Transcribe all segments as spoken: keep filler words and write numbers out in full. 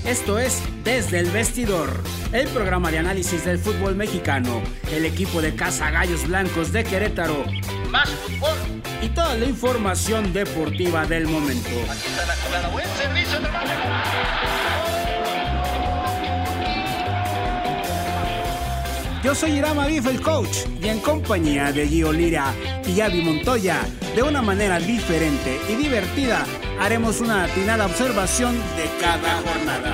Esto es Desde el Vestidor, el programa de análisis del fútbol mexicano, el equipo de Casa Gallos Blancos de Querétaro, más fútbol y toda la información deportiva del momento. Aquí está la jugada, buen servicio de Yo soy Irama Bif, el coach, y en compañía de Gio Lira y Yavi Montoya, de una manera diferente y divertida, haremos una atinada observación de cada jornada.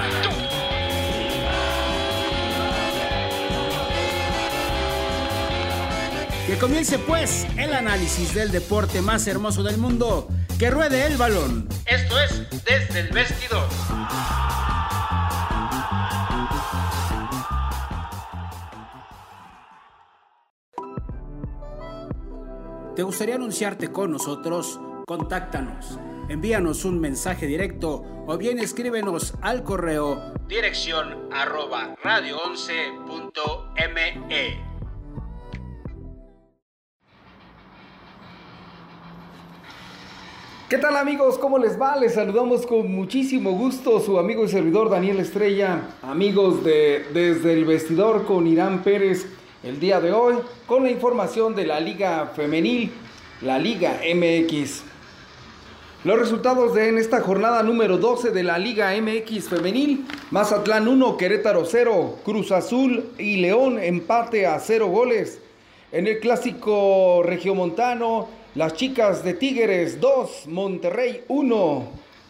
Que comience pues el análisis del deporte más hermoso del mundo, que ruede el balón. Esto es Desde el Vestidor. ¿Te gustaría anunciarte con nosotros? Contáctanos, envíanos un mensaje directo o bien escríbenos al correo dirección arroba radio once punto me. ¿Qué tal, amigos? ¿Cómo les va? Les saludamos con muchísimo gusto su amigo y servidor Daniel Estrella. Amigos de Desde el Vestidor con Irán Pérez. El día de hoy con la información de la Liga Femenil, la Liga M X. Los resultados de en esta jornada número doce de la Liga M X Femenil: Mazatlán uno, Querétaro cero, Cruz Azul y León empate a cero goles. En el clásico regiomontano, las chicas de Tigres dos, Monterrey uno.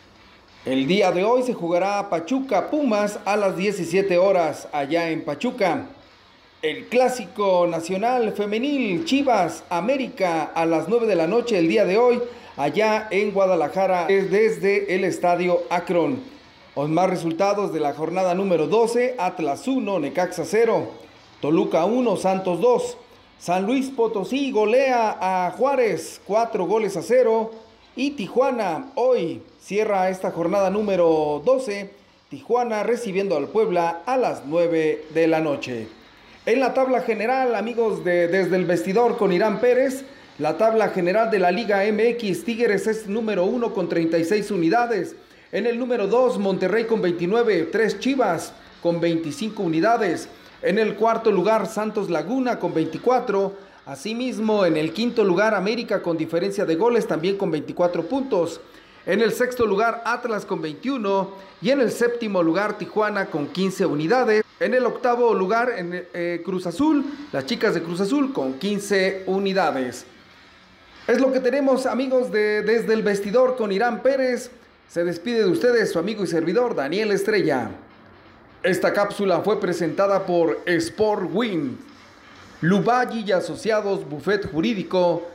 El día de hoy se jugará Pachuca Pumas a las diecisiete horas allá en Pachuca. El clásico nacional femenil, Chivas América a las nueve de la noche el día de hoy, allá en Guadalajara, desde el estadio Akron. Los más resultados de la jornada número doce: Atlas uno, Necaxa cero, Toluca uno, Santos dos, San Luis Potosí golea a Juárez cuatro goles a cero, y Tijuana hoy cierra esta jornada número doce, Tijuana recibiendo al Puebla a las nueve de la noche. En la tabla general, amigos de Desde el Vestidor con Irán Pérez, la tabla general de la Liga M X, Tigres es número uno con treinta y seis unidades. En el número dos, Monterrey con veintinueve, tres Chivas con veinticinco unidades. En el cuarto lugar, Santos Laguna con veinticuatro. Asimismo, en el quinto lugar, América con diferencia de goles también con veinticuatro puntos. En el sexto lugar, Atlas con veintiuno. Y en el séptimo lugar, Tijuana con quince unidades. En el octavo lugar, en eh, Cruz Azul, las chicas de Cruz Azul con quince unidades. Es lo que tenemos, amigos de Desde el Vestidor con Irán Pérez. Se despide de ustedes su amigo y servidor Daniel Estrella. Esta cápsula fue presentada por Sport Win, Luballi y Asociados Buffet Jurídico.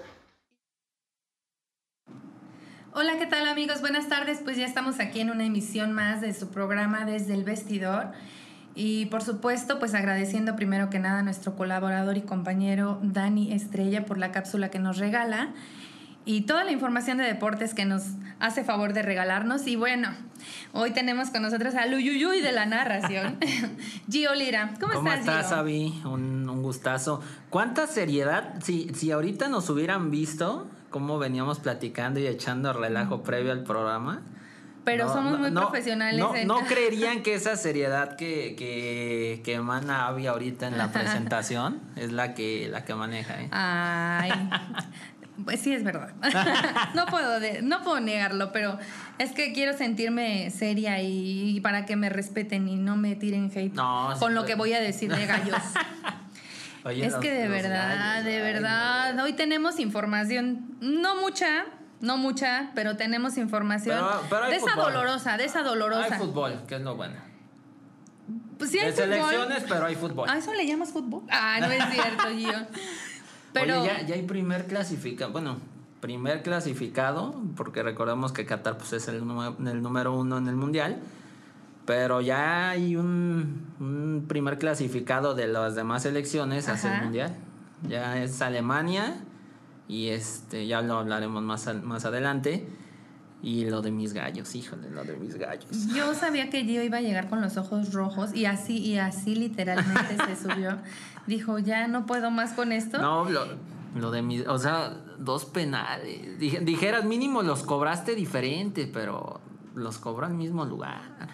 Hola, ¿qué tal, amigos? Buenas tardes. Pues ya estamos aquí en una emisión más de su programa Desde el Vestidor. Y por supuesto, pues agradeciendo primero que nada a nuestro colaborador y compañero Dani Estrella por la cápsula que nos regala y toda la información de deportes que nos hace favor de regalarnos. Y bueno, hoy tenemos con nosotros al Uyuyuy de la narración, Gio Lira. ¿Cómo, ¿Cómo estás, estás, Gio? Avi? Un, un gustazo. ¿Cuánta seriedad? Si, si ahorita nos hubieran visto cómo veníamos platicando y echando relajo previo al programa... Pero no, somos no, muy no, profesionales. No, en... no creerían que esa seriedad que, que, que emana Avi ahorita en la presentación es la que, la que maneja, ¿eh? Ay, pues sí, es verdad. No puedo, de, no puedo negarlo, pero es que quiero sentirme seria y, y para que me respeten y no me tiren hate no, con sí, lo pues... que voy a decir de gallos. Oye, es los, que de verdad, gallos, de verdad, ay, hoy tenemos información, no mucha... No mucha, pero tenemos información pero, pero de esa fútbol. dolorosa, de esa dolorosa. Hay fútbol, que es lo bueno. Pues sí hay de fútbol. Selecciones, pero hay fútbol. ¿A eso le llamas fútbol? Ah, no es cierto, Gio. Pero... Oye, ya, ya hay primer clasificado, bueno, primer clasificado, porque recordemos que Qatar pues, es el, el número uno en el Mundial, pero ya hay un, un primer clasificado de las demás selecciones hacia el Mundial. Ya es Alemania... Y este ya lo hablaremos más, al, más adelante. Y lo de mis gallos, híjole, lo de mis gallos. Yo sabía que Gio iba a llegar con los ojos rojos. Y así, y así literalmente se subió. Dijo, ya no puedo más con esto. No, lo, lo de mis... O sea, dos penales. Dijeras, mínimo los cobraste diferente, pero los cobró al mismo lugar.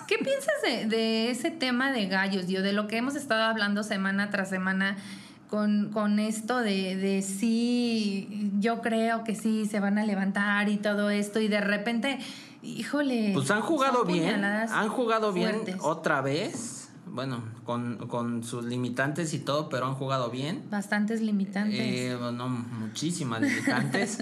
¿Qué piensas de, de ese tema de Gallos, Gio? De lo que hemos estado hablando semana tras semana con, con esto de, de sí, yo creo que sí se van a levantar y todo esto, y de repente, híjole. Pues han jugado bien, han jugado fuertes. bien otra vez. Bueno, con, con sus limitantes y todo, pero han jugado bien. Bastantes limitantes. Eh, no, muchísimas limitantes.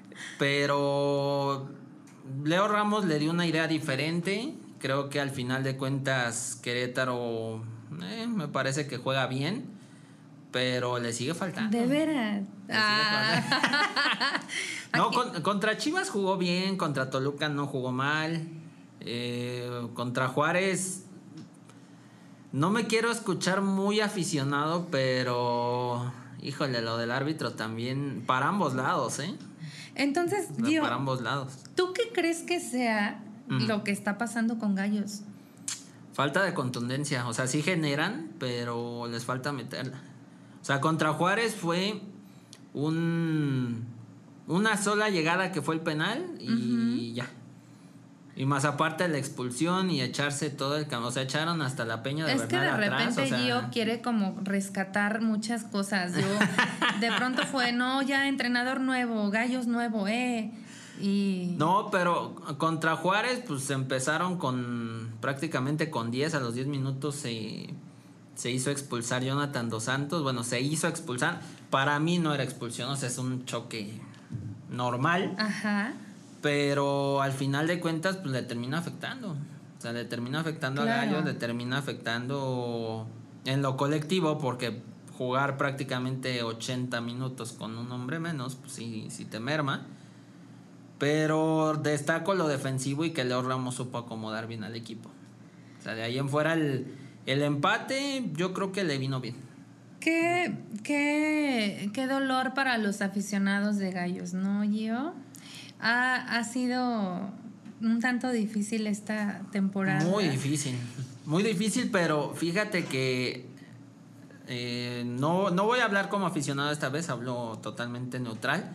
Pero Leo Ramos le dio una idea diferente. Creo que al final de cuentas Querétaro eh, me parece que juega bien, pero le sigue faltando. De veras. Ah. No, con, contra Chivas jugó bien, contra Toluca no jugó mal. Eh, contra Juárez no me quiero escuchar muy aficionado, pero híjole, lo del árbitro también para ambos lados, ¿eh? Entonces, o sea, Gio, para ambos lados. ¿Tú qué crees que sea mm. lo que está pasando con Gallos? Falta de contundencia, o sea, sí generan, pero les falta meterla. O sea, contra Juárez fue un una sola llegada que fue el penal y uh-huh. ya. Y más aparte la expulsión y echarse todo el campo. O sea, echaron hasta la Peña de es Bernal atrás. Es que de repente o sea... Gio quiere como rescatar muchas cosas. Yo, de pronto fue, no, ya entrenador nuevo, Gallos nuevo, eh. Y... No, pero contra Juárez, pues empezaron con prácticamente con diez. A los diez minutos se, se hizo expulsar Jonathan Dos Santos. Bueno, se hizo expulsar. Para mí no era expulsión, o sea, es un choque normal. Ajá. Pero al final de cuentas, pues le termina afectando. O sea, le termina afectando claro. a Gallos, le termina afectando en lo colectivo, porque jugar prácticamente ochenta minutos con un hombre menos, pues sí, sí te merma. Pero destaco lo defensivo y que Leo Ramos supo acomodar bien al equipo. O sea, de ahí en fuera el, el empate, yo creo que le vino bien. Qué, qué, qué dolor para los aficionados de Gallos, ¿no, Gio? Ha, ha sido un tanto difícil esta temporada. Muy difícil, muy difícil, pero fíjate que eh, no, no voy a hablar como aficionado esta vez, hablo totalmente neutral.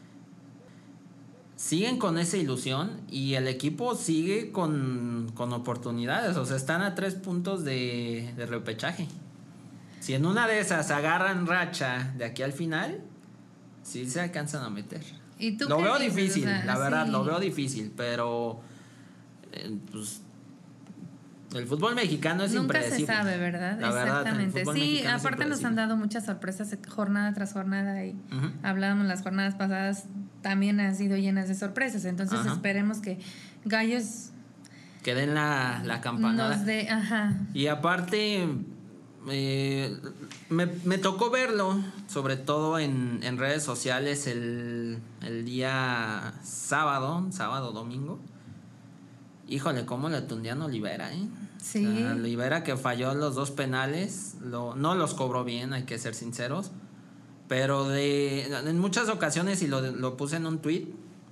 Siguen con esa ilusión y el equipo sigue con, con oportunidades, o sea, están a tres puntos de, de repechaje. Si en una de esas agarran racha de aquí al final, sí se alcanzan a meter. ¿Y tú lo qué veo dices? difícil, O sea, la verdad, sí. lo veo difícil, pero eh, pues el fútbol mexicano es nunca impredecible. se sabe, ¿verdad? La Exactamente. verdad, sí, aparte nos han dado muchas sorpresas jornada tras jornada y uh-huh. hablábamos las jornadas pasadas, también han sido llenas de sorpresas, entonces uh-huh. esperemos que Gallos que den la, la campanada. Nos dé, ajá. Y aparte Eh, me, me tocó verlo, sobre todo en, en redes sociales el, el día sábado, sábado, domingo. Híjole, cómo le tundían a Olivera, ¿eh? Sí. O sea, Olivera que falló los dos penales, lo, no los cobró bien, hay que ser sinceros. Pero de en muchas ocasiones, y lo, lo puse en un tweet,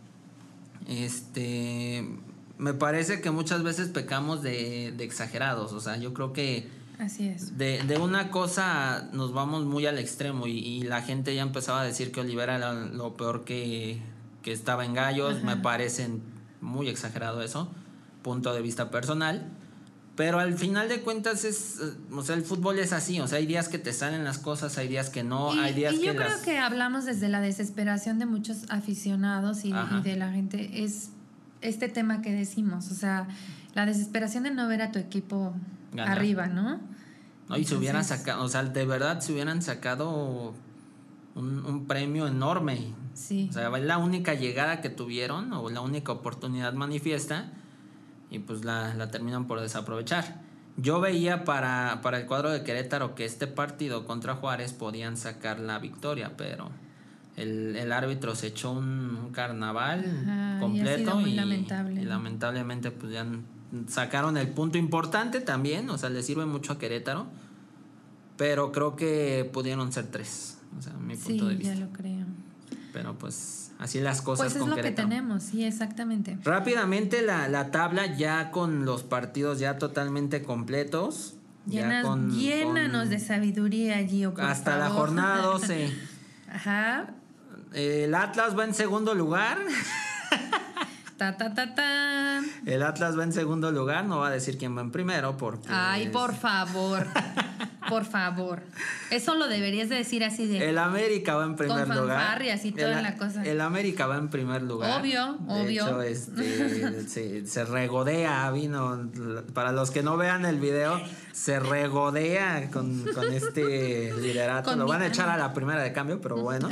este, me parece que muchas veces pecamos de, de exagerados. O sea, yo creo que así es. De, de una cosa nos vamos muy al extremo y, y la gente ya empezaba a decir que Olivera era lo peor que, que estaba en Gallos. Ajá. Me parece muy exagerado eso, punto de vista personal. Pero al final de cuentas es, o sea, el fútbol es así, o sea, hay días que te salen las cosas, hay días que no, y, hay días y yo que creo las... que hablamos desde la desesperación de muchos aficionados y, y de la gente, es este tema que decimos, o sea, la desesperación de no ver a tu equipo ganar arriba, ¿no? No, y Entonces, se hubieran sacado, o sea, de verdad se hubieran sacado un, un premio enorme. Sí. O sea, es la única llegada que tuvieron o la única oportunidad manifiesta y pues la, la terminan por desaprovechar. Yo veía para, para el cuadro de Querétaro que este partido contra Juárez podían sacar la victoria, pero el, el árbitro se echó un, un carnaval Ajá, completo y, ha sido muy y, lamentable. y lamentablemente pues ya sacaron el punto importante también, o sea, le sirve mucho a Querétaro, pero creo que pudieron ser tres, o sea, mi punto sí, de vista. Sí, ya lo creo. Pero pues así las cosas pues es con lo Querétaro. Que tenemos, sí, exactamente. Rápidamente la, la tabla ya con los partidos ya totalmente completos. Llenas, ya con, llénanos con, de sabiduría, Gio, por hasta favor. la jornada doce. Ajá. El Atlas va en segundo lugar. Ta, ta, ta, ta. El Atlas va en segundo lugar, no va a decir quién va en primero porque... Ay, es- por favor. Por favor. Eso lo deberías de decir así de... El América va en primer Con lugar. fanfarrias y toda el, la cosa. El América va en primer lugar. Obvio, de obvio. Hecho, este, se, se regodea, vino. Para los que no vean el video, se regodea con, con este liderato. Con Lo mi- van a echar a la primera de cambio, pero bueno.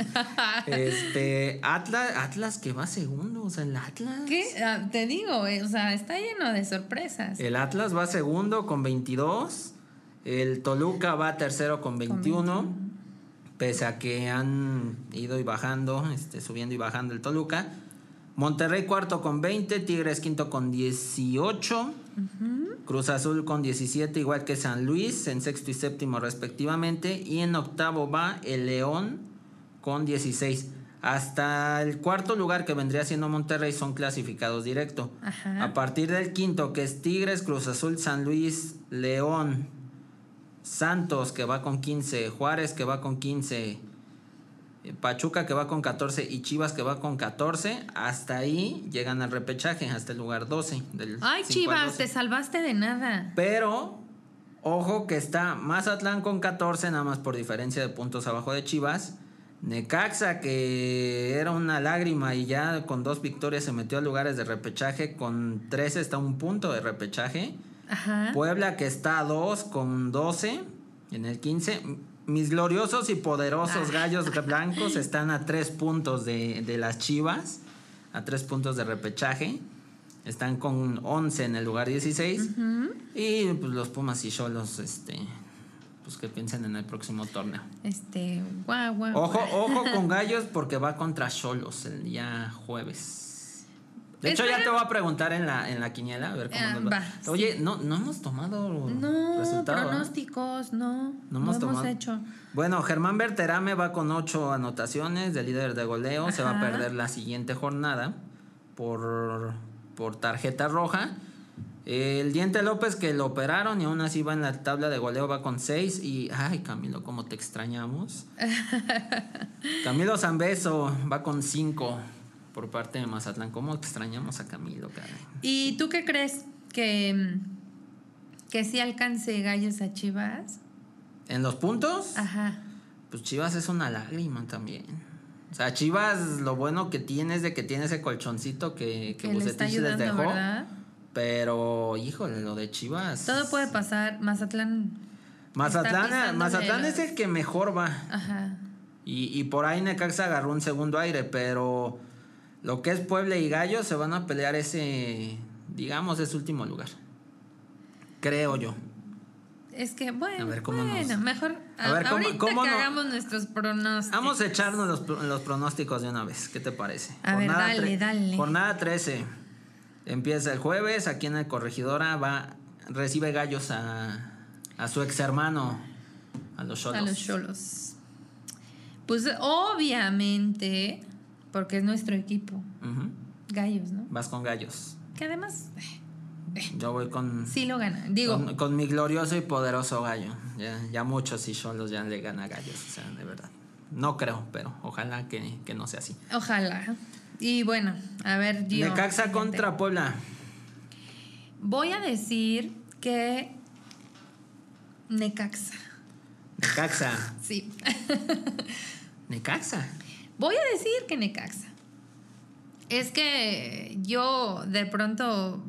Este, Atlas, Atlas que va segundo, o sea, el Atlas. ¿Qué? Ah, te digo, eh, o sea, está lleno de sorpresas. El Atlas va segundo con veintidós. El Toluca va tercero con veintiuno. Pese a que han ido y bajando, este, subiendo y bajando el Toluca. Monterrey cuarto con veinte. Tigres quinto con dieciocho. Cruz Azul con diecisiete, igual que San Luis, en sexto y séptimo respectivamente. Y en octavo va el León con dieciséis. Hasta el cuarto lugar, que vendría siendo Monterrey, son clasificados directo. Ajá. A partir del quinto, que es Tigres, Cruz Azul, San Luis, León, Santos, que va con quince, Juárez, que va con quince, Pachuca, que va con catorce, y Chivas, que va con catorce. Hasta ahí llegan al repechaje, hasta el lugar doce. Del Ay, cinco al Chivas, doce. te salvaste de nada. Pero, ojo que está Mazatlán con catorce, nada más por diferencia de puntos abajo de Chivas. Necaxa, que era una lágrima y ya con dos victorias se metió a lugares de repechaje, con trece está a un punto de repechaje. Ajá. Puebla, que está a dos con doce en el quince. Mis gloriosos y poderosos Ah. gallos blancos están a tres puntos de, de las Chivas, a tres puntos de repechaje. Están con once en el lugar dieciséis. Ujú. Y pues los Pumas y Xolos, este, pues que piensen en el próximo torneo. Este, guau, guau. Ojo, guau. ojo con gallos porque va contra Xolos el día jueves. De hecho, Espera. ya te voy a preguntar en la, en la quiniela, a ver cómo Ah, nos va. va, Oye, no, no hemos tomado No, resultado, ¿eh? pronósticos, no. No hemos no hemos tomado. hecho. Bueno, Germán Berterame va con ocho anotaciones de líder de goleo. Se va a Ajá. perder la siguiente jornada por, por tarjeta roja. El Diente López, que lo operaron y aún así va en la tabla de goleo, va con seis. Y, ay, Camilo, cómo te extrañamos. Camilo Zambeso va con cinco por parte de Mazatlán. ¿Cómo extrañamos a Camilo, caray? ¿Y tú qué crees? Que, que sí alcance gallos a Chivas. ¿En los puntos? Ajá. Pues Chivas es una lágrima también. O sea, Chivas, lo bueno que tiene es de que tiene ese colchoncito que, que Que le está Bucetich les ayudando, dejó. ¿verdad? Pero, híjole, lo de Chivas. Todo puede pasar. Mazatlán. Mazatlán, está pisando Mazatlán de es los- el que mejor va. Ajá. Y, y por ahí Necaxa agarró un segundo aire, pero lo que es Puebla y Gallos se van a pelear ese, digamos, ese último lugar. Creo yo. Es que, bueno, A ver, ¿cómo bueno, nos- mejor A ver, ¿cómo- ahorita cómo que no- hagamos nuestros pronósticos. Vamos a echarnos los, pro- los pronósticos de una vez. ¿Qué te parece? A ver, dale, tre- dale. Jornada trece. Empieza el jueves. Aquí en el Corregidora va, recibe Gallos a, a su ex hermano, a los Xolos. A los Xolos. Pues obviamente, porque es nuestro equipo. Ujú. Gallos, ¿no? Vas con Gallos. Que además, eh, Yo voy con, sí lo gana. Digo, con, con mi glorioso y poderoso Gallo. Ya, ya muchos y Xolos ya le gana a Gallos. O sea, de verdad. No creo, pero ojalá que, que no sea así. ojalá. Y bueno, a ver, yo. Necaxa siguiente. contra Puebla. Voy a decir que Necaxa. Necaxa. Sí. Necaxa. Voy a decir que Necaxa. Es que yo de pronto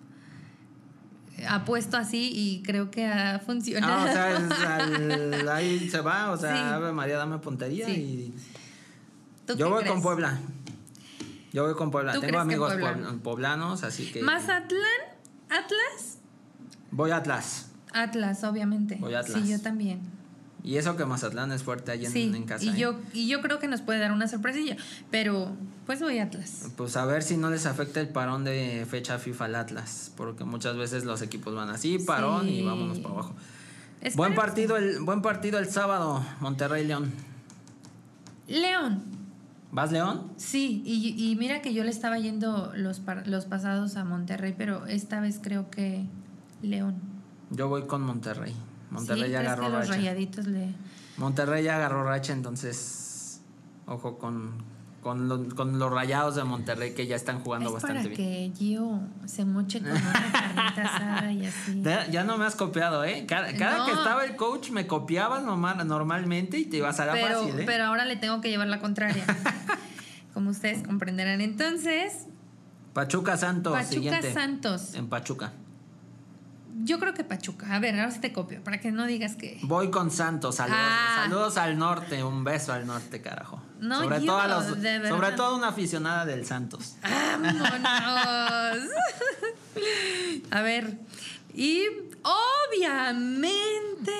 apuesto así y creo que ha funcionado. Ah, o sea, es al- ahí se va, o sea, Sí. Ave María, dame puntería Sí. y... ¿Tú Yo qué voy crees? con Puebla. Yo voy con Puebla. ¿Tú Tengo crees que amigos Puebla? puebl- poblanos, así que... Mazatlán, Atlas. Voy a Atlas. Atlas, obviamente. Voy a Atlas. Sí, yo también. Y eso que Mazatlán es fuerte allá en, Sí, en casa. y ¿eh? yo, y yo creo que nos puede dar una sorpresilla. Pero, pues voy a Atlas. Pues a ver si no les afecta el parón de fecha FIFA al Atlas. Porque muchas veces los equipos van así, parón Sí. y vámonos para abajo. Esperemos. Buen partido, el, buen partido el sábado, Monterrey-León. León. ¿Vas, León? Sí, y, y mira que yo le estaba yendo los, par- los pasados a Monterrey, pero esta vez creo que León. Yo voy con Monterrey. Monterrey ¿Sí? ya ¿Crees agarró que los racha. rayaditos le... Monterrey ya agarró racha, entonces ojo con, con, lo, con los Rayados de Monterrey que ya están jugando es bastante para bien. que Gio se moche con una carnita asada y así. Ya, ya no me has copiado, ¿eh? Cada, cada No. que estaba el coach me copiabas normal, normalmente y te ibas a la pero, fácil, ¿eh? pero ahora le tengo que llevar la contraria. Como ustedes comprenderán. Entonces, Pachuca Santos, Pachuca siguiente. Santos. En Pachuca. Yo creo que Pachuca. A ver, ahora sí te copio, para que no digas que. Voy con Santos, saludos, Ah. saludos al norte, un beso al norte, carajo. No, sobre yo, todo a los, de verdad. sobre todo una aficionada del Santos. ¡Vámonos! A ver. Y obviamente.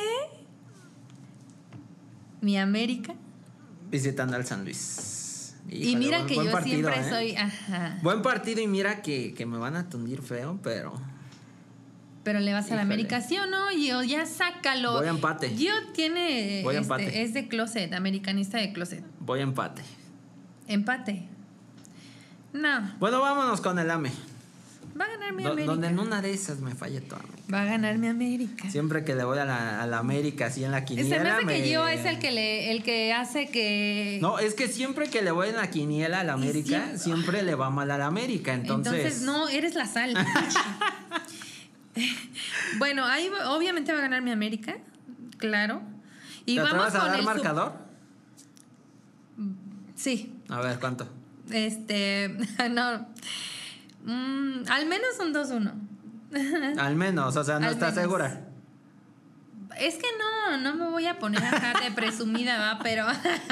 Mi América. Visitando al San Luis. y Híjole, mira buen- que buen yo partido, siempre ¿eh? soy. Ajá. Buen partido y mira que, que me van a tundir feo, pero Pero le vas a la Híjole. América, ¿sí o no? Gio, ya sácalo. Voy a empate. Gio tiene. Voy a este, empate. es de closet, americanista de closet. voy a empate. Empate. No, Bueno, vámonos con el A M E. va a ganar mi Do- América. donde en una de esas me falle todo. Va a ganar mi América. Siempre que le voy a la, a la América, así en la Se quiniela. me hace que me- Gio es el que le, el que hace que. No, es que siempre que le voy en la quiniela a la América, sí- siempre le va mal a la América. Entonces, Entonces, no, eres la sal. Bueno, ahí va- obviamente va a ganar mi América, claro. Y ¿te vamos atreves a con dar el sub- marcador? Sí, A ver, ¿cuánto? este, no. Mm, al menos un dos uno. Al menos, o sea, no Al estás menos. segura. Es que no, no me voy a poner acá de presumida, va, pero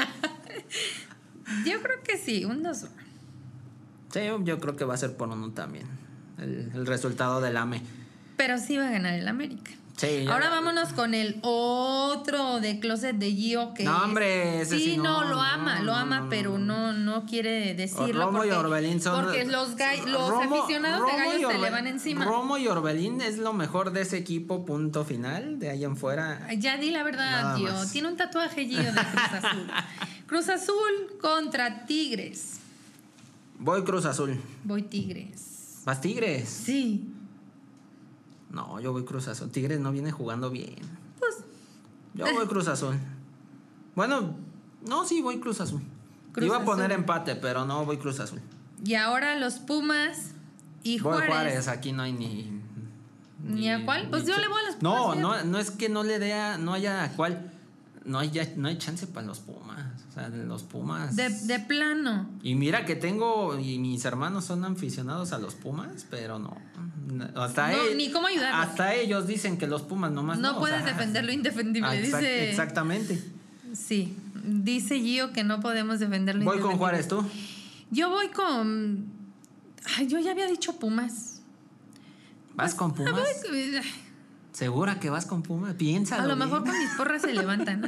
yo creo que sí, un dos uno. Sí, yo creo que va a ser por uno también. El, el resultado del A M E. Pero sí va a ganar el América. Sí, ya- Ahora vámonos con el otro de closet de Gio que No, es- hombre, ese sí no, no, lo no, ama, lo no, ama, no, pero no no quiere decirlo Romo porque, y Orbelín son porque los gall- los Romo- aficionados Romo de y Gallos se le Orbe- van encima. Romo y Orbelín es lo mejor de ese equipo, punto final. De ahí en fuera. Ya di la verdad, Nada Gio. más. Tiene un tatuaje Gio de Cruz Azul. Cruz Azul contra Tigres. Voy Cruz Azul. Voy Tigres. ¿Vas Tigres? Sí. No, yo voy Cruz Azul. Tigres no viene jugando bien. Pues Yo voy Cruz Azul. Bueno, no, sí, voy Cruz Azul. Cruz Iba a poner Azul. empate, pero no voy Cruz Azul. y ahora los Pumas y Voy Juárez. Juárez, aquí no hay ni. ¿Ni a cuál? Pues yo le voy a los Pumas, No, fíjate. no, no es que no le dé a, no haya a cuál. No hay, ya- no hay chance para los Pumas. O sea, los Pumas. De, de plano. Y mira que tengo, y mis hermanos son aficionados a los Pumas, pero no. Hasta No, e- ni cómo ayudarlos. Hasta ellos dicen que los Pumas nomás no. No o puedes sea, defender lo indefendible, ah, exact- dice. Exactamente. Sí, dice Gio que no podemos defender lo Voy con indefendible. Juárez, ¿tú? Yo voy con. Ay, yo ya había dicho Pumas. ¿Vas con Pumas? Voy- ¿Segura que vas con Pumas? Piénsalo A lo bien. mejor con mis porras se levantan.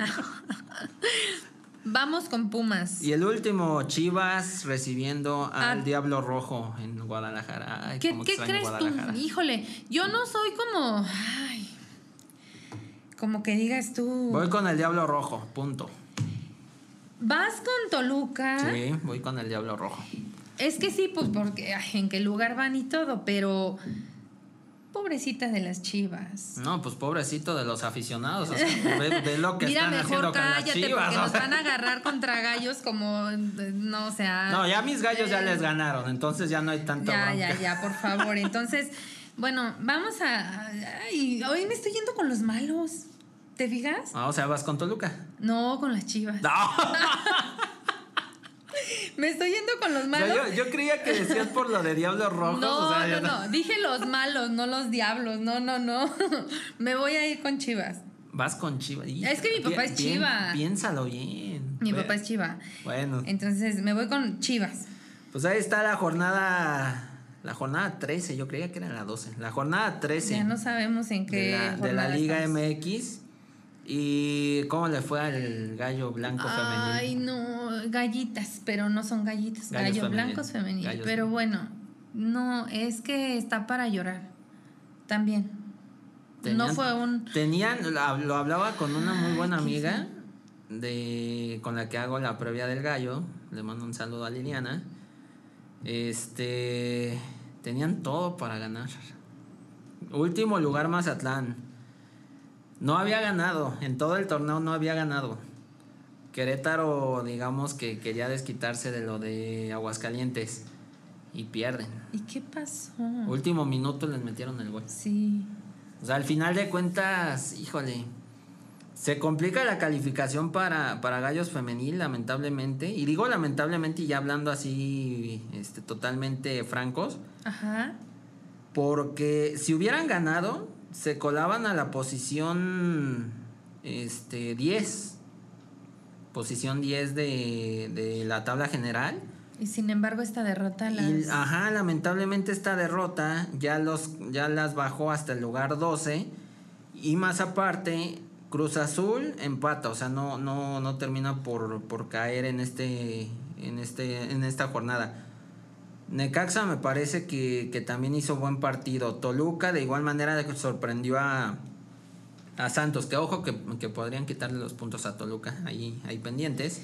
Vamos con Pumas. Y el último, Chivas recibiendo al Ah. Diablo Rojo en Guadalajara. Ay, ¿Qué, cómo qué extraño crees tú? Guadalajara. Híjole, yo no soy como. Ay, como que digas tú. Voy con el Diablo Rojo, punto. Vas con Toluca. Sí, voy con el Diablo Rojo. Es que sí, pues porque ay, en qué lugar van y todo, pero. Pobrecitas de las Chivas. No, pues pobrecito de los aficionados. O sea, ve, ve lo que Mira, están haciendo mejor con las cállate Chivas. porque o nos sea. van a agarrar contra gallos como. No, o sea. No, ya mis gallos ya les ganaron, entonces ya no hay tanto. Ya, ya, ya, por favor. Entonces, bueno, vamos a. Ay, hoy me estoy yendo con los malos. ¿Te fijas? Ah, o sea, vas con Toluca. No, con las Chivas. No. Me estoy yendo con los O sea, malos. yo, yo creía que decías por lo de Diablos Rojos. No, o sea, yo no, no. Dije los malos, no los diablos. No, no, no. Me voy a ir con Chivas. Vas con Chivas. Es que mi papá es Pi- Chiva. Piénsalo bien. Mi Ve- papá es Chiva. Bueno, Entonces me voy con Chivas. pues ahí está la jornada. La jornada trece, yo creía que era la doce. La jornada trece Ya no sabemos en qué. de la, de la jornada Liga estamos. M X. ¿Y cómo le fue al gallo blanco femenil? Ay, no, gallitas, pero no son gallitas, Gallos gallos femenil. blancos femenil. Gallos pero femenil. bueno, no, es que está para llorar. También. no Tenían- fue un. Tenían, lo lo hablaba con una muy buena amiga de con la que hago la previa del gallo. Le mando un saludo a Liliana. Este, tenían todo para ganar. Último lugar Mazatlán. No había ganado, en todo el torneo no había ganado. Querétaro, digamos que quería desquitarse de lo de Aguascalientes y pierden. ¿Y qué pasó? Último minuto les metieron el gol. Sí. O sea, al final de cuentas, híjole, se complica la calificación para, para Gallos Femenil, lamentablemente. Y digo lamentablemente y ya hablando así este, totalmente francos. Ajá. Porque si hubieran ganado, se colaban a la posición este, diez. Posición diez de, de la tabla general. Y sin embargo esta derrota las... Y, ajá, lamentablemente esta derrota ya, los, ya las bajó hasta el lugar doce. Y más aparte, Cruz Azul empata. O sea, no, no, no termina por, por caer en, este, en, este, en esta jornada. Necaxa me parece que, que también hizo buen partido. Toluca de igual manera sorprendió a... a Santos, que ojo que, que podrían quitarle los puntos a Toluca, ahí hay pendientes,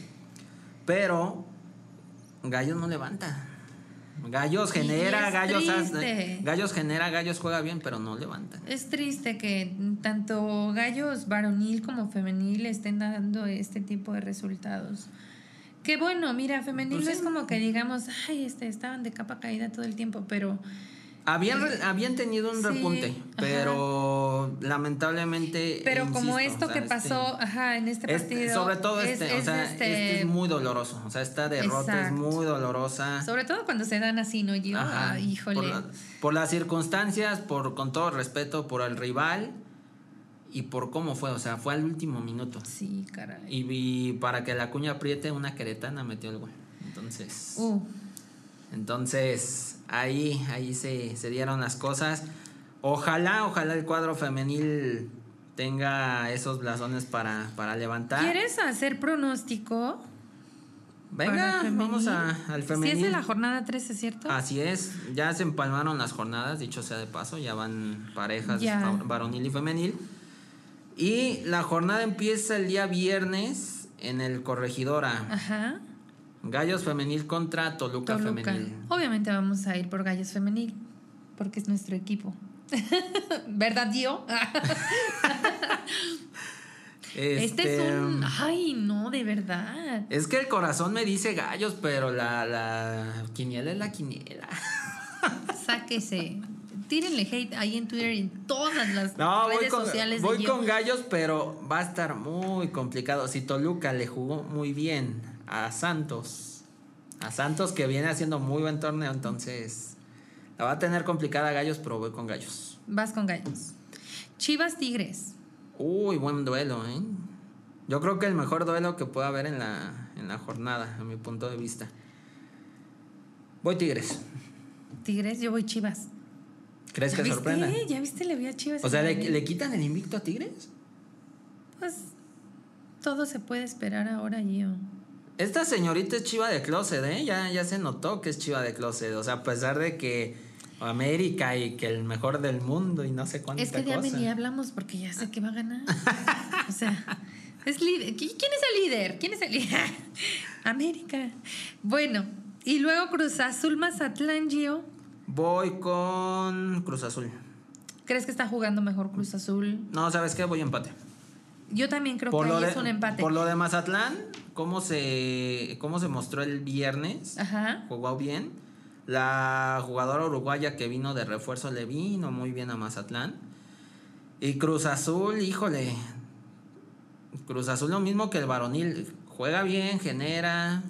pero Gallos no levanta. Gallos genera, Gallos hace, Gallos genera, Gallos juega bien, pero no levanta. Es triste que tanto Gallos varonil como femenil estén dando este tipo de resultados. Que bueno, mira, femenil pues es como que digamos, ay, este estaban de capa caída todo el tiempo, pero Habían, habían tenido un repunte, sí, pero ajá. lamentablemente. Pero insisto, como esto o sea, que pasó este, ajá, en este partido. Este, sobre todo es, este, es, o sea, este, este es muy doloroso. O sea, esta derrota exacto. es muy dolorosa. Sobre todo cuando se dan así, ¿no? Yo, ajá, ah, híjole. Por, la, por las circunstancias, por con todo respeto, por el rival y por cómo fue. O sea, fue al último minuto. Sí, caray. Y, y para que la cuña apriete, una queretana metió el gol. Entonces. Uh. Entonces. Ahí, ahí se, se dieron las cosas. Ojalá, ojalá el cuadro femenil tenga esos blasones para, para levantar. ¿Quieres hacer pronóstico? Venga, vamos a, al femenil. Si es de la jornada trece, ¿cierto? Así es, ya se empalmaron las jornadas, dicho sea de paso, ya van parejas ya. varonil y femenil. Y la jornada empieza el día viernes en el Corregidora. Ajá. Gallos femenil contra Toluca, Toluca femenil. Obviamente vamos a ir por Gallos femenil, porque es nuestro equipo. ¿Verdad, tío? este... este es un... Ay, no, de verdad. Es que el corazón me dice Gallos, pero la, la quiniela es la quiniela. Sáquese. Tírenle hate ahí en Twitter y en todas las no, redes voy con, sociales. Voy de con Gallos, pero va a estar muy complicado. Si Toluca le jugó muy bien a Santos, a Santos que viene haciendo muy buen torneo, entonces la va a tener complicada Gallos, pero voy con Gallos. Vas con Gallos. Chivas Tigres. Uy, buen duelo, ¿eh? Yo creo que el mejor duelo que pueda haber en la, en la jornada, a mi punto de vista. Voy Tigres. Tigres, yo voy Chivas. ¿Crees que sorprenda? ¿Ya viste? Le vi a Chivas. O sea, ¿le, ¿le quitan el invicto a Tigres? Pues todo se puede esperar ahora, Gio. Esta señorita es chiva de closet, ¿eh? Ya, ya se notó que es chiva de closet. O sea, a pesar de que América y que el mejor del mundo y no sé cuánta cosa. Es que ya ni hablamos porque ya sé que va a ganar. O sea, es líder. ¿Quién es el líder? ¿Quién es el líder? América. Bueno, y luego Cruz Azul Mazatlán, Gio. Voy con Cruz Azul. ¿Crees que está jugando mejor Cruz Azul? No, ¿sabes qué? Voy empate. Yo también creo por que ahí de, es un empate. Por lo de Mazatlán, cómo se, cómo se mostró el viernes. Ajá. Jugó bien. La jugadora uruguaya que vino de refuerzo le vino muy bien a Mazatlán. Y Cruz Azul, híjole. Cruz Azul lo mismo que el varonil. Juega bien, genera.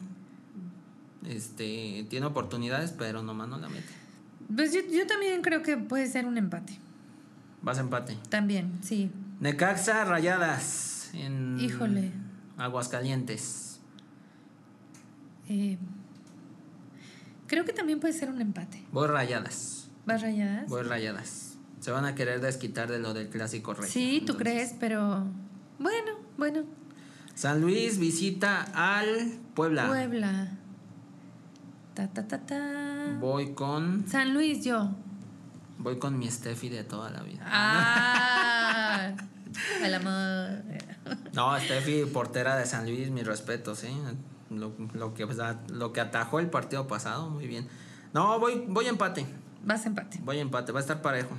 Este, tiene oportunidades, pero nomás no la mete. Pues yo, yo también creo que puede ser un empate. ¿Vas a empate? También, sí. Necaxa Rayadas en Híjole. Aguascalientes. Eh, creo que también puede ser un empate. Voy Rayadas. ¿Vas Rayadas? Voy Rayadas. Se van a querer desquitar de lo del clásico regio. Sí, tú entonces. crees, pero bueno, bueno. San Luis visita al Puebla. Puebla. Ta, ta, ta, ta. Voy con San Luis, yo. Voy con mi Steffi de toda la vida. Ah, el amor. No, Steffi, portera de San Luis, mis respetos, ¿eh? Lo, lo, que, o sea, lo que atajó el partido pasado, muy bien. No, voy, voy empate. Vas empate. Voy empate, va a estar parejo.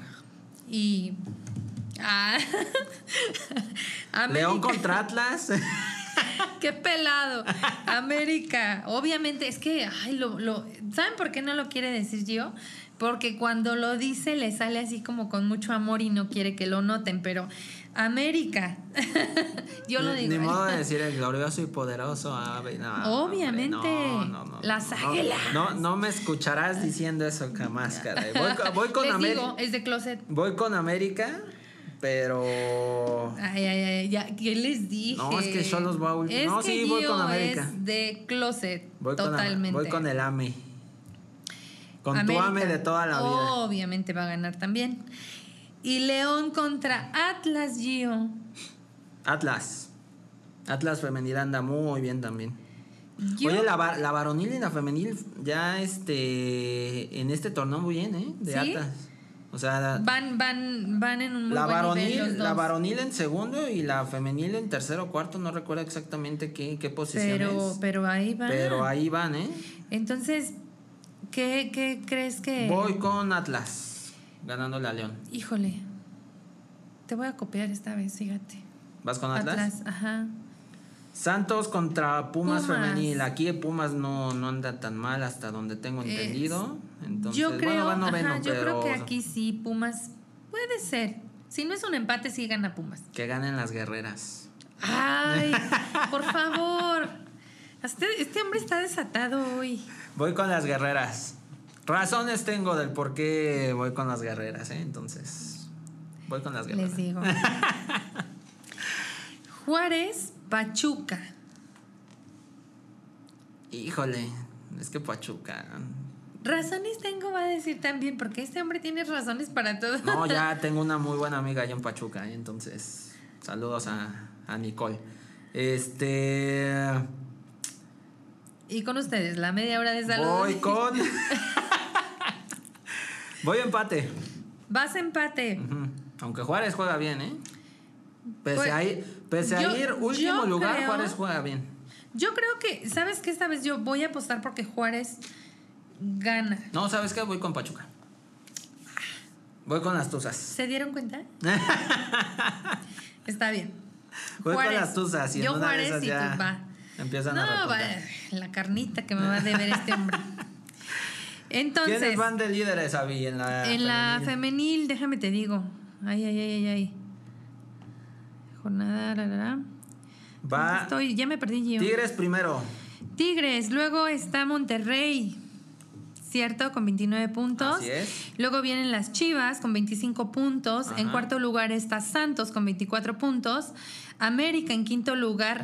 Y. Ah. León contra Atlas. ¡Qué pelado! América. Obviamente, es que, ay, lo, lo, ¿saben por qué no lo quiere decir Gio? Porque cuando lo dice le sale así como con mucho amor y no quiere que lo noten, pero América. Yo lo ni, digo. Ni modo de decir el glorioso y poderoso ave. No, obviamente. No, no, no, las no, águilas. No, no me escucharás diciendo eso jamás, caray. Voy, voy con Les América. digo, es de closet. Voy con América, pero. Ay, ay, ay, ya, ¿qué les dije? No, es que yo los voy a último. Es No, que sí, voy Gio con América. Es de closet. Voy totalmente. Con, voy con el A M E. Con América, tu A M E de toda la vida. Obviamente va a ganar también. Y León contra Atlas, Gio. Atlas. Atlas femenil anda muy bien también. Yo, Oye, la, la varonil y la femenil ya este en este torneo muy bien, ¿eh? De ¿sí? Atlas. O sea, van van van en un muy la buen varonil, nivel los dos. la varonil en segundo y la femenil en tercero o cuarto, no recuerdo exactamente qué, qué posiciones. Pero pero ahí van. Pero ahí van, ¿eh? Entonces, ¿qué, qué crees que...? Voy con Atlas, ganándole a León. Híjole, te voy a copiar esta vez, fíjate. ¿Vas con Atlas? Atlas, ajá. Santos contra Pumas, Pumas. femenil. Aquí Pumas no, no anda tan mal hasta donde tengo entendido. Entonces, Yo creo, bueno, va noveno, ajá, yo pero creo que aquí sí, Pumas puede ser. Si no es un empate, sí gana Pumas. que ganen las guerreras. Ay, por favor. Este, este hombre está desatado hoy. Voy con las guerreras. Razones tengo del por qué voy con las guerreras, ¿eh? Entonces, voy con las guerreras. Les digo. Juárez, Pachuca. Híjole, es que Pachuca. Razones tengo, va a decir también, porque este hombre tiene razones para todo. No, ya tengo una muy buena amiga allá en Pachuca, ¿eh? Entonces, saludos a, a Nicole. Este. Y con ustedes, la media hora de saludos. Voy con. Voy a empate. Vas a empate. Uh-huh. Aunque Juárez juega bien, ¿eh? Pese, Pues, a ir, pese yo- a ir último yo lugar, creo- Juárez juega bien. Yo creo que, ¿sabes qué? Esta vez yo voy a apostar porque Juárez gana. No, ¿sabes qué? Voy con Pachuca. Voy con las Tuzas. ¿Se dieron cuenta? Está bien. Voy Juárez. con las Tuzas y Yo en una Juárez de esas y ya tú va. empiezan No, a va, repuntar. la carnita que me va a deber este hombre. Entonces, ¿Quiénes van de líderes, Avi, en la en la femenil? femenil, déjame te digo. Ay, ay, ay, ay, ay. Jornada, la, la, la. Va Estoy, ya me perdí yo. Tigres primero. Tigres, luego está Monterrey, ¿cierto? Con veintinueve puntos. Así es. Luego vienen las Chivas con veinticinco puntos. Ajá. En cuarto lugar está Santos con veinticuatro puntos. América en quinto lugar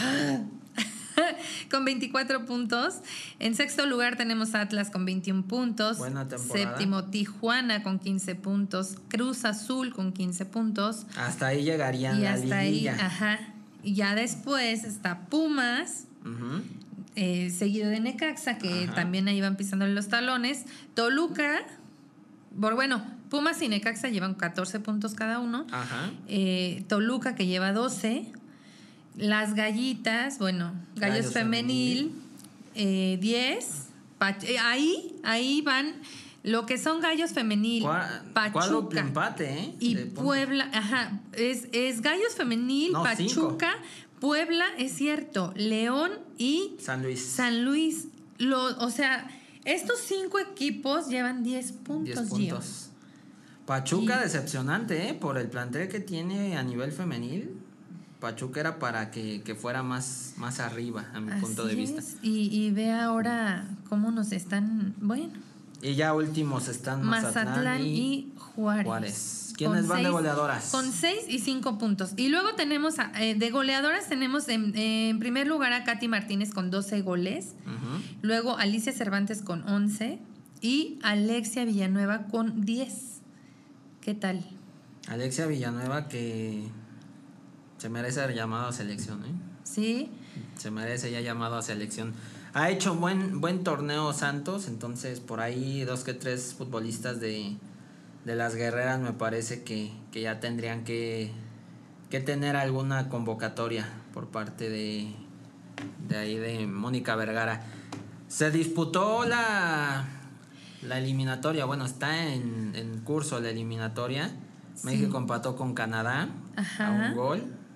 con veinticuatro puntos. En sexto lugar tenemos Atlas con veintiún puntos. Buena temporada. Séptimo Tijuana con quince puntos. Cruz Azul con quince puntos. Hasta ahí llegarían Y la hasta ahí, liguilla. ajá. Y ya después está Pumas. Ujú. Eh, seguido de Necaxa, que Ajá. también ahí van pisándole los talones. Toluca, por, bueno, Pumas y Necaxa llevan catorce puntos cada uno. Ajá. Eh, Toluca, que lleva doce. Las Gallitas, bueno, Gallos, Gallos Femenil, eh, diez. Pach- eh, ahí, ahí van lo que son Gallos Femenil, Cua- cuádruple Pachuca empate, ¿eh? y De puntos. Puebla. Ajá, es, es Gallos Femenil, No, Pachuca, Puebla, es cierto, León y San Luis. San Luis. Lo, o sea, estos cinco equipos llevan diez puntos, diez Gio. puntos. Pachuca Y- decepcionante, ¿eh? Por el plantel que tiene a nivel femenil. Pachuca era para que, que fuera más, más arriba, a mi punto de Así vista. es. Y, y ve ahora cómo nos están, bueno, Y ya últimos están Mazatlán, Mazatlán y, y Juárez. Juárez. ¿Quiénes Con van de seis- goleadoras? Con seis y cinco puntos. Y luego tenemos, a- eh, de goleadoras tenemos en, en primer lugar a Katy Martínez con doce goles. Ujú. Luego Alicia Cervantes con once. Y Alexia Villanueva con diez. ¿Qué tal? Alexia Villanueva, que se merece ser llamado a selección, ¿eh? ¿Sí? Se merece ya llamado a selección. Ha hecho buen buen torneo Santos, entonces por ahí dos que tres futbolistas de, de las guerreras me parece que, que ya tendrían que, que tener alguna convocatoria por parte de, de ahí de Mónica Vergara. Se disputó la, la eliminatoria, bueno, está en, en curso la eliminatoria. Sí. México empató con Canadá Ajá. a un gol.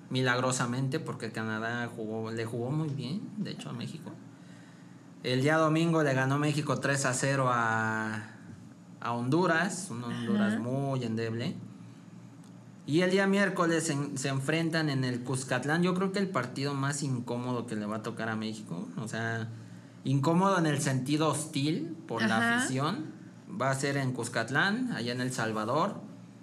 milagrosamente, porque Canadá jugó, le jugó muy bien, de hecho, a México. El día domingo le ganó México tres a cero a, a Honduras, un Honduras Ajá. muy endeble. Y el día miércoles se, se enfrentan en el Cuscatlán. Yo creo que el partido más incómodo que le va a tocar a México, o sea, incómodo en el sentido hostil por Ajá. la afición, va a ser en Cuscatlán, allá en El Salvador.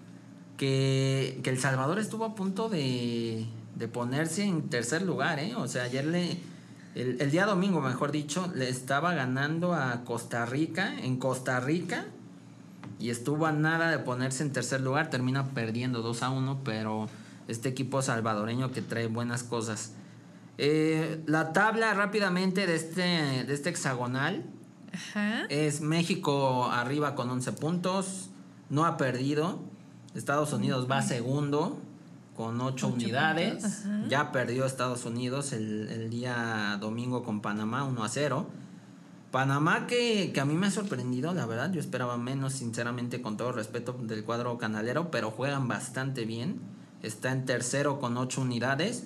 Que, que El Salvador estuvo a punto de, de ponerse en tercer lugar, ¿eh? O sea, ayer le... El, el día domingo, mejor dicho, le estaba ganando a Costa Rica, en Costa Rica, y estuvo a nada de ponerse en tercer lugar. Termina perdiendo dos a uno, pero este equipo salvadoreño que trae buenas cosas. Eh, la tabla rápidamente de este, de este hexagonal Ajá. es México arriba con once puntos, no ha perdido. Estados Unidos va segundo con ocho unidades. Ya perdió Estados Unidos el, el día domingo con Panamá uno a cero. Panamá que, que a mí me ha sorprendido, la verdad. Yo esperaba menos, sinceramente, con todo respeto del cuadro canalero, pero juegan bastante bien. Está en tercero con ocho unidades.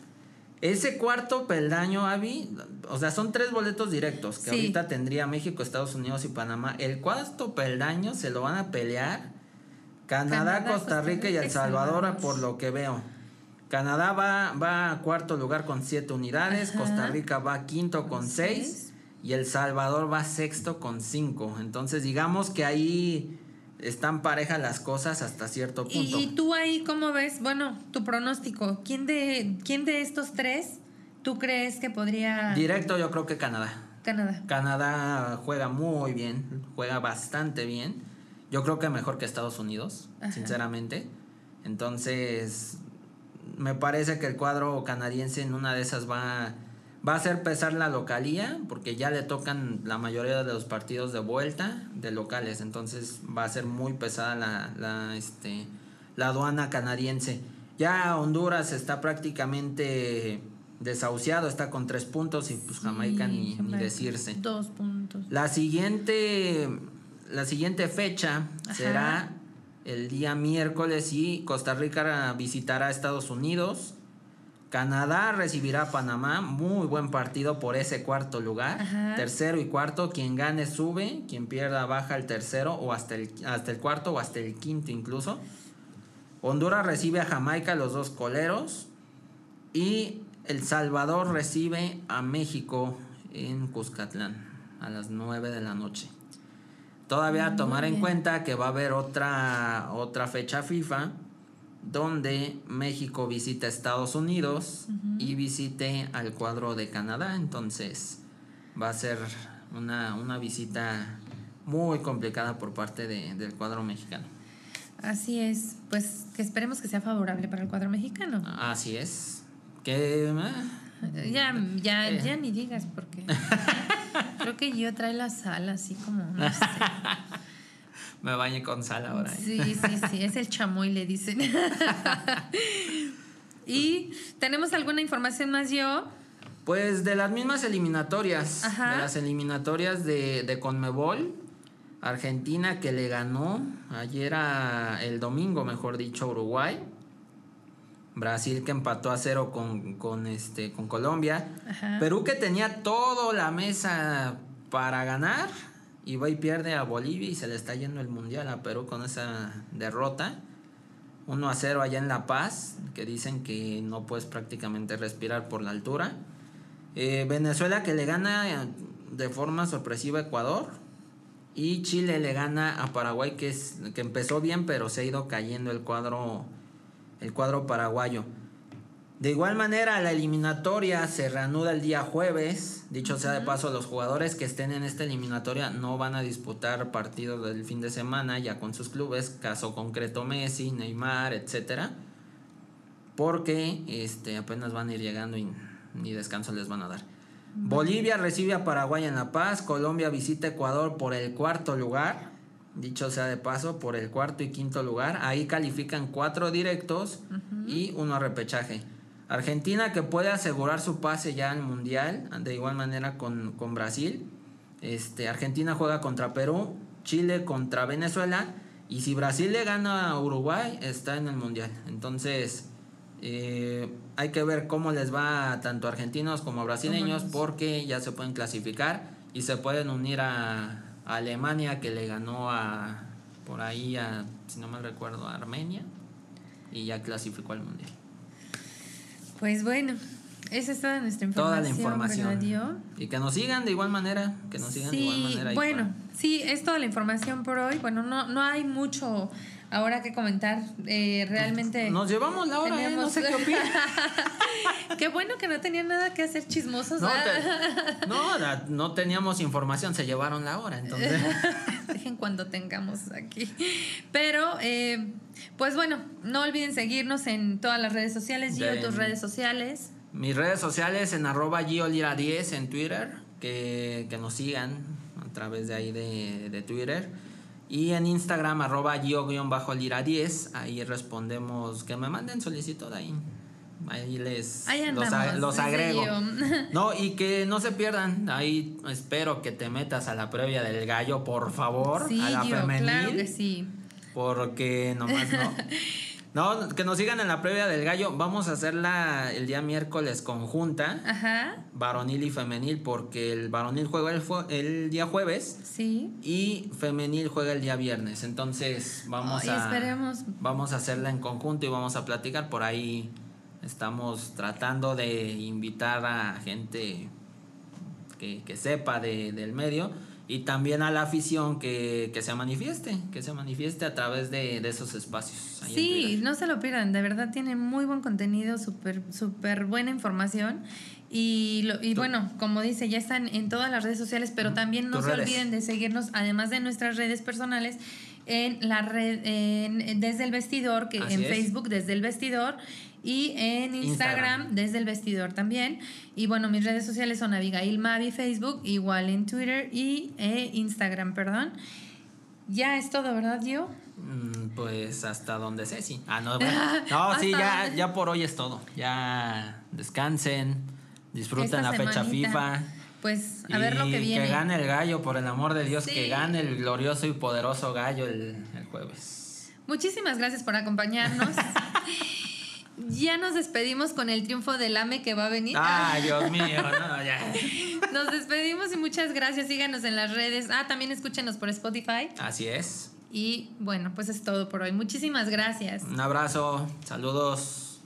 Ese cuarto peldaño, Avi, o sea, son tres boletos directos que sí. ahorita tendría México, Estados Unidos y Panamá. El cuarto peldaño se lo van a pelear Canadá, Canadá Costa Rica, Rica y El Salvador, Salvador, por lo que veo. Canadá va, va a cuarto lugar con siete unidades, Ajá. Costa Rica va a quinto con seis y El Salvador va sexto con cinco. Entonces, digamos que ahí están parejas las cosas hasta cierto punto. ¿Y, y tú ahí cómo ves? Bueno, tu pronóstico. ¿Quién de, quién de estos tres tú crees que podría...? Directo, yo creo que Canadá. Canadá. Canadá juega muy bien, juega bastante bien. Yo creo que mejor que Estados Unidos, Ajá. sinceramente. Entonces, me parece que el cuadro canadiense en una de esas va, va a hacer pesar la localía, porque ya le tocan la mayoría de los partidos de vuelta de locales. Entonces, va a ser muy pesada la, la, este, la aduana canadiense. Ya Honduras está prácticamente desahuciado, está con tres puntos y pues Jamaica sí, ni, Jamaica, ni decirse. Dos puntos. La siguiente... La siguiente fecha Ajá. será el día miércoles y Costa Rica visitará a Estados Unidos. Canadá recibirá a Panamá. Muy buen partido por ese cuarto lugar. Ajá. Tercero y cuarto. Quien gane sube. Quien pierda baja al tercero o hasta el, hasta el cuarto o hasta el quinto incluso. Honduras recibe a Jamaica, los dos coleros. Y El Salvador recibe a México en Cuscatlán a las nueve de la noche. Todavía a tomar en cuenta que va a haber otra, otra fecha FIFA donde México visita a Estados Unidos uh-huh. y visite al cuadro de Canadá. Entonces va a ser una, una visita muy complicada por parte de, del cuadro mexicano. Así es, pues que esperemos que sea favorable para el cuadro mexicano. Así es. Que eh, ya, ya, eh. ya ni digas porque creo que yo trae la sal así como, no sé. Me bañé con sal ahora. ¿eh? Sí, sí, sí, es el chamoy, le dicen. ¿Y tenemos alguna información más, yo? Pues de las mismas eliminatorias, Ajá. de las eliminatorias de, de Conmebol. Argentina que le ganó ayer a, el domingo, mejor dicho, a Uruguay. Brasil que empató a cero con, con, este, con Colombia. Ajá. Perú que tenía toda la mesa para ganar y va y pierde a Bolivia y se le está yendo el mundial a Perú con esa derrota. uno a cero allá en La Paz, que dicen que no puedes prácticamente respirar por la altura. Eh, Venezuela que le gana de forma sorpresiva a Ecuador. Y Chile le gana a Paraguay, que, es, que empezó bien, pero se ha ido cayendo el cuadro, el cuadro paraguayo. De igual manera, la eliminatoria se reanuda el día jueves. Dicho uh-huh. sea de paso, los jugadores que estén en esta eliminatoria no van a disputar partidos del fin de semana ya con sus clubes. Caso concreto Messi, Neymar, etcétera. Porque este, apenas van a ir llegando y ni descanso les van a dar. Uh-huh. Bolivia recibe a Paraguay en La Paz. Colombia visita a Ecuador por el cuarto lugar. Dicho sea de paso, por el cuarto y quinto lugar. Ahí califican cuatro directos uh-huh. y uno a repechaje. Argentina que puede asegurar su pase ya al Mundial, de igual manera con, con Brasil. Este, Argentina juega contra Perú, Chile contra Venezuela, y si Brasil le gana a Uruguay, está en el Mundial. Entonces, Eh, hay que ver cómo les va a tanto argentinos como brasileños, Vámonos. porque ya se pueden clasificar y se pueden unir a, a Alemania, que le ganó a por ahí a, si no me recuerdo, a Armenia, y ya clasificó al mundial. Pues bueno, esa es toda nuestra información. Toda la información. ¿Verdad, Dio? Y que nos sigan de igual manera, que nos sigan Sí, de igual manera. ahí bueno, para- sí, es toda la información por hoy. Bueno, no, no hay mucho ahora que comentar. Eh, realmente Nos llevamos la hora, ¿eh? No tenemos- sé qué opinan. Qué bueno que no tenían nada que hacer chismosos. No, ¿verdad? te- no, la- no teníamos información, se llevaron la hora, entonces. Dejen cuando tengamos aquí. Pero, eh, pues bueno, no olviden seguirnos en todas las redes sociales. Gio, De- tus redes sociales. Mis redes sociales en arroba giolira diez en Twitter, que, que nos sigan a través de ahí de, de Twitter. Y en Instagram arroba gio-lira diez, ahí respondemos, que me manden solicitud ahí. Ahí les Ahí los, andamos, a- los dice agrego. Gio. No, y que no se pierdan. Ahí espero que te metas a la previa del gallo, por favor. Sí, a la Gio, femenil. claro que sí. Porque nomás no. No, que nos sigan en la previa del gallo. Vamos a hacerla el día miércoles conjunta, Ajá, varonil y femenil, porque el varonil juega el, fue- el día jueves sí. y femenil juega el día viernes. Entonces vamos Ay, a esperemos. vamos a hacerla en conjunto y vamos a platicar. Por ahí estamos tratando de invitar a gente que, que sepa de, del medio, y también a la afición que, que se manifieste, que se manifieste a través de, de esos espacios. ahí en Sí, Twitter. no se lo pierdan, de verdad tiene muy buen contenido, súper súper buena información y, lo, y bueno, como dice, ya están en todas las redes sociales, pero también no Tus se redes. olviden de seguirnos, además de nuestras redes personales, en la red, en, desde el vestidor, que Así en es. Facebook desde el vestidor y en Instagram, Instagram. desde el vestidor también. Y bueno, mis redes sociales son Abigail Mavi Facebook, igual en Twitter y eh, Instagram, perdón. Ya es todo, ¿verdad, Gio? Mm, Pues hasta donde sé, sí. Ah, no, bueno. No, sí, Hasta ya, donde- ya por hoy es todo. Ya descansen, disfruten Esta la fecha semanita, FIFA. Pues a ver lo que Y viene. que gane el gallo, por el amor de Dios, Sí. que gane el glorioso y poderoso gallo el, el jueves. Muchísimas gracias por acompañarnos. Ya nos despedimos con el triunfo del A M E que va a venir. Ay, Dios mío, no, ya. Nos despedimos y muchas gracias. Síganos en las redes. Ah, también escúchenos por Spotify. Así es. Y bueno, pues es todo por hoy. Muchísimas gracias. Un abrazo, saludos.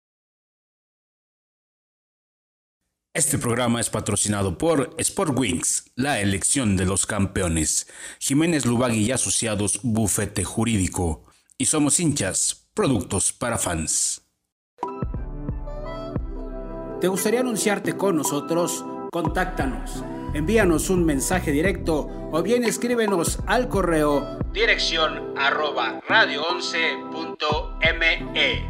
Este programa es patrocinado por Sport Wings, la elección de los campeones. Jiménez Lubagui y Asociados, bufete jurídico. Y Somos Hinchas, productos para fans. ¿Te gustaría anunciarte con nosotros? Contáctanos. Envíanos un mensaje directo o bien escríbenos al correo dirección arroba radio once punto me.